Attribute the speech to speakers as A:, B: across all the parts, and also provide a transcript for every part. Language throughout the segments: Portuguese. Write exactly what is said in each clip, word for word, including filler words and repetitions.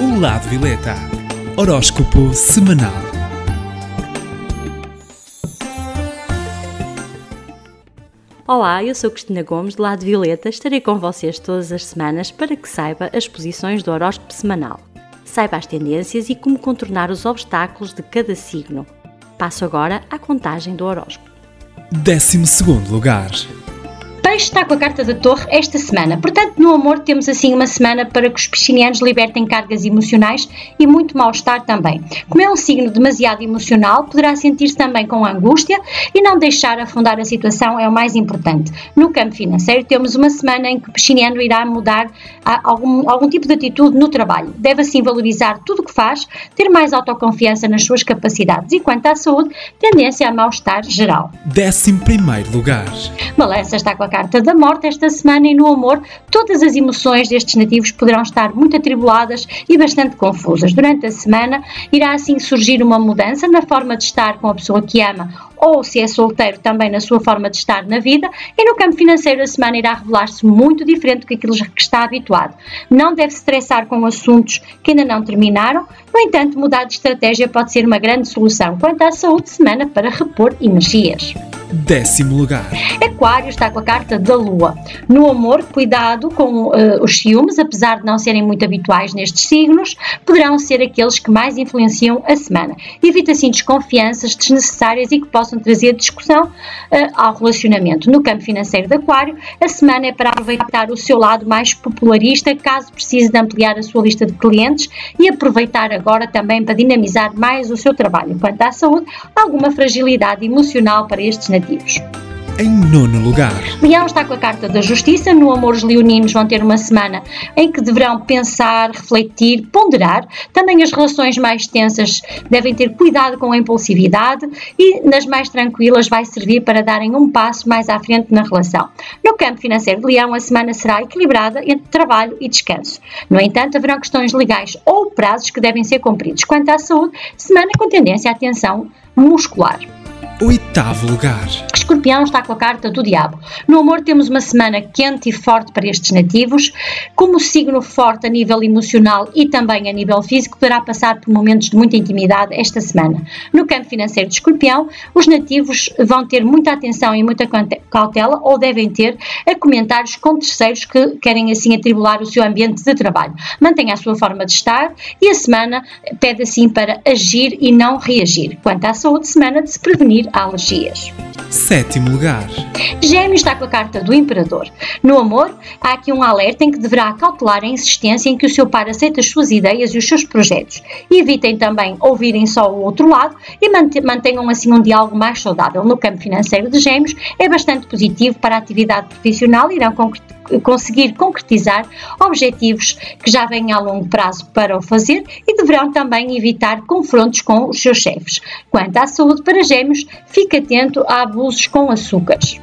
A: O Lado Violeta. Horóscopo semanal.
B: Olá, eu sou Cristina Gomes, do Lado Violeta. Estarei com vocês todas as semanas para que saiba as posições do horóscopo semanal. Saiba as tendências e como contornar os obstáculos de cada signo. Passo agora à contagem do horóscopo.
A: Décimo segundo lugar.
C: Peixe está com a carta da Torre esta semana. Portanto, no amor temos assim uma semana para que os piscianianos libertem cargas emocionais e muito mal-estar também. Como é um signo demasiado emocional, poderá sentir-se também com angústia e não deixar afundar a situação é o mais importante. No campo financeiro temos uma semana em que o piscianiano irá mudar algum, algum tipo de atitude no trabalho. Deve assim valorizar tudo o que faz, ter mais autoconfiança nas suas capacidades e quanto à saúde, tendência a mal-estar geral.
A: Décimo primeiro lugar.
C: Balança está com a carta da morte esta semana e no amor todas as emoções destes nativos poderão estar muito atribuladas e bastante confusas. Durante a semana irá assim surgir uma mudança na forma de estar com a pessoa que ama ou, se é solteiro, também na sua forma de estar na vida, e no campo financeiro a semana irá revelar-se muito diferente do que aquilo que está habituado. Não deve se estressar com assuntos que ainda não terminaram, no entanto, mudar de estratégia pode ser uma grande solução quanto à saúde, semana para repor energias.
A: Décimo lugar.
C: Aquário está com a carta da Lua. No amor, cuidado com uh, os ciúmes, apesar de não serem muito habituais nestes signos, poderão ser aqueles que mais influenciam a semana. Evita assim desconfianças desnecessárias e que possam trazer discussão uh, ao relacionamento. No campo financeiro de Aquário, a semana é para aproveitar o seu lado mais popularista, caso precise de ampliar a sua lista de clientes e aproveitar agora também para dinamizar mais o seu trabalho. Quanto à saúde, alguma fragilidade emocional para estes nativos.
A: Em nono lugar.
C: Leão está com a carta da justiça. No amor, os leoninos vão ter uma semana em que deverão pensar, refletir, ponderar. Também as relações mais tensas devem ter cuidado com a impulsividade e nas mais tranquilas vai servir para darem um passo mais à frente na relação. No campo financeiro de Leão, a semana será equilibrada entre trabalho e descanso. No entanto, haverão questões legais ou prazos que devem ser cumpridos. Quanto à saúde, semana com tendência à tensão muscular.
A: Oitavo lugar.
C: Escorpião está com a carta do diabo. No amor temos uma semana quente e forte para estes nativos. Como signo forte a nível emocional e também a nível físico, poderá passar por momentos de muita intimidade esta semana. No campo financeiro de Escorpião, os nativos vão ter muita atenção e muita cautela ou devem ter a comentários com terceiros que querem assim atribular o seu ambiente de trabalho. Mantenha a sua forma de estar e a semana pede assim para agir e não reagir. Quanto à saúde, semana de se prevenir alergias.
A: Sétimo lugar.
C: Gêmeos está com a carta do Imperador. No amor, há aqui um alerta em que deverá cautelar a insistência em que o seu par aceite as suas ideias e os seus projetos. Evitem também ouvirem só o outro lado e mantenham assim um diálogo mais saudável. No campo financeiro de Gêmeos, é bastante positivo para a atividade profissional e irão concretizar conseguir concretizar objetivos que já vêm a longo prazo para o fazer e deverão também evitar confrontos com os seus chefes. Quanto à saúde para Gêmeos, fique atento a abusos com açúcares.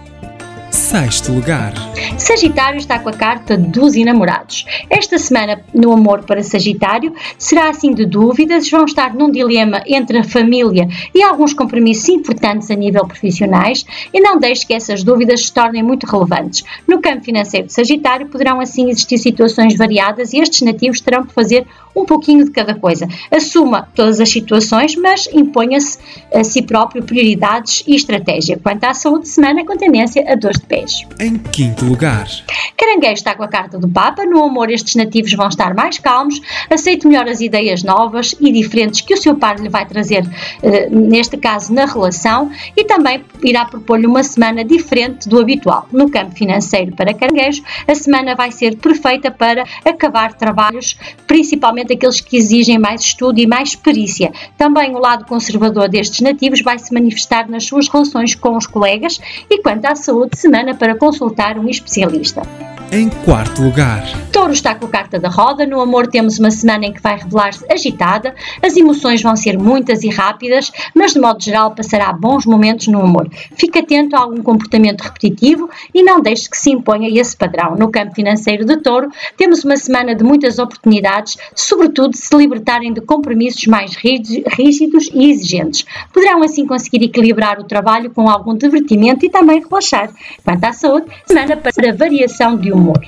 A: Sexto lugar.
C: Sagitário está com a carta dos enamorados. Esta semana no amor para Sagitário será assim de dúvidas, vão estar num dilema entre a família e alguns compromissos importantes a nível profissionais e não deixe que essas dúvidas se tornem muito relevantes. No campo financeiro de Sagitário poderão assim existir situações variadas e estes nativos terão que fazer um pouquinho de cada coisa. Assuma todas as situações, mas imponha-se a si próprio prioridades e estratégia. Quanto à saúde, semana com tendência a dores de pés.
A: Em quinto lugar.
C: Caranguejo está com a carta do Papa. No amor, estes nativos vão estar mais calmos, aceite melhor as ideias novas e diferentes que o seu par lhe vai trazer, eh, neste caso na relação, e também irá propor-lhe uma semana diferente do habitual. No campo financeiro para Caranguejo, a semana vai ser perfeita para acabar trabalhos, principalmente aqueles que exigem mais estudo e mais perícia. Também o lado conservador destes nativos vai se manifestar nas suas relações com os colegas e quanto à saúde, semana para consultar um especialista.
A: Em quarto lugar.
C: Touro está com a carta da roda. No amor temos uma semana em que vai revelar-se agitada, as emoções vão ser muitas e rápidas, mas de modo geral passará bons momentos no amor. Fique atento a algum comportamento repetitivo e não deixe que se imponha esse padrão. No campo financeiro de Touro temos uma semana de muitas oportunidades, sobretudo se libertarem de compromissos mais rígidos e exigentes. Poderão assim conseguir equilibrar o trabalho com algum divertimento e também relaxar. Quanto à saúde, semana para variação de humor.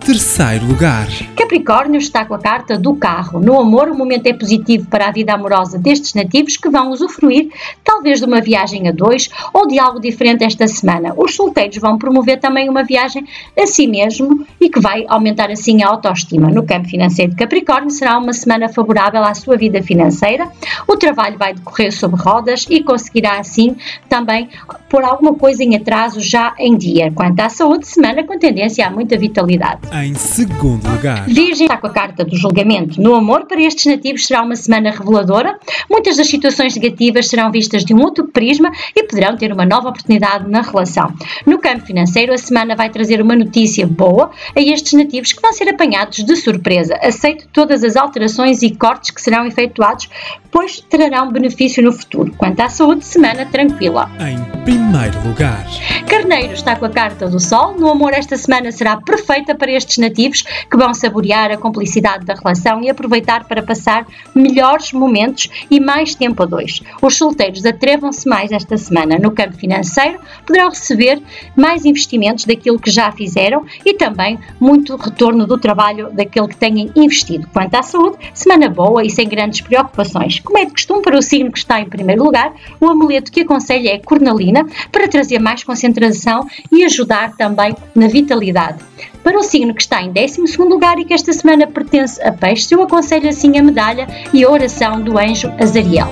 A: Terceiro lugar.
C: Capricórnio está com a carta do carro. No amor, o momento é positivo para a vida amorosa destes nativos que vão usufruir talvez de uma viagem a dois ou de algo diferente esta semana. Os solteiros vão promover também uma viagem a si mesmo e que vai aumentar assim a autoestima. No campo financeiro de Capricórnio, será uma semana favorável à sua vida financeira. O trabalho vai decorrer sobre rodas e conseguirá assim também pôr alguma coisa em atraso já em dia. Quanto à saúde, semana com tendência a muita vitalidade.
A: Em segundo lugar.
C: Virgem está com a carta do julgamento. No amor, para estes nativos será uma semana reveladora. Muitas das situações negativas serão vistas de um outro prisma e poderão ter uma nova oportunidade na relação. No campo financeiro, a semana vai trazer uma notícia boa a estes nativos que vão ser apanhados de surpresa. Aceite todas as alterações e cortes que serão efetuados, pois trarão benefício no futuro. Quanto à saúde, semana tranquila.
A: Em primeiro lugar.
C: Carneiro está com a carta do Sol. No amor, esta semana será perfeita para estes nativos que vão saborear a cumplicidade da relação e aproveitar para passar melhores momentos e mais tempo a dois. Os solteiros atrevam-se mais esta semana. No campo financeiro, poderão receber mais investimentos daquilo que já fizeram e também muito retorno do trabalho daquele que tenham investido. Quanto à saúde, semana boa e sem grandes preocupações. Como é de costume para o signo que está em primeiro lugar, o amuleto que aconselha é cornalina para trazer mais concentração e ajudar também na vitalidade. Para o signo que está em décimo segundo lugar e que esta semana pertence a Peixes, eu aconselho assim a medalha e a oração do anjo Azariel.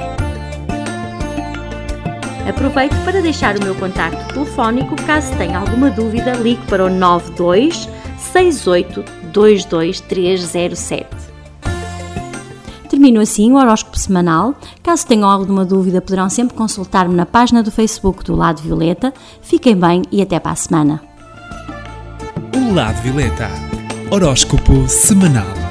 B: Aproveito para deixar o meu contacto telefónico. Caso tenha alguma dúvida, ligue para o nove dois seis oito dois dois três zero sete. Termino assim o horóscopo semanal. Caso tenham alguma dúvida, poderão sempre consultar-me na página do Facebook do Lado Violeta. Fiquem bem e até para a semana.
A: O Lado Violeta. Horóscopo semanal.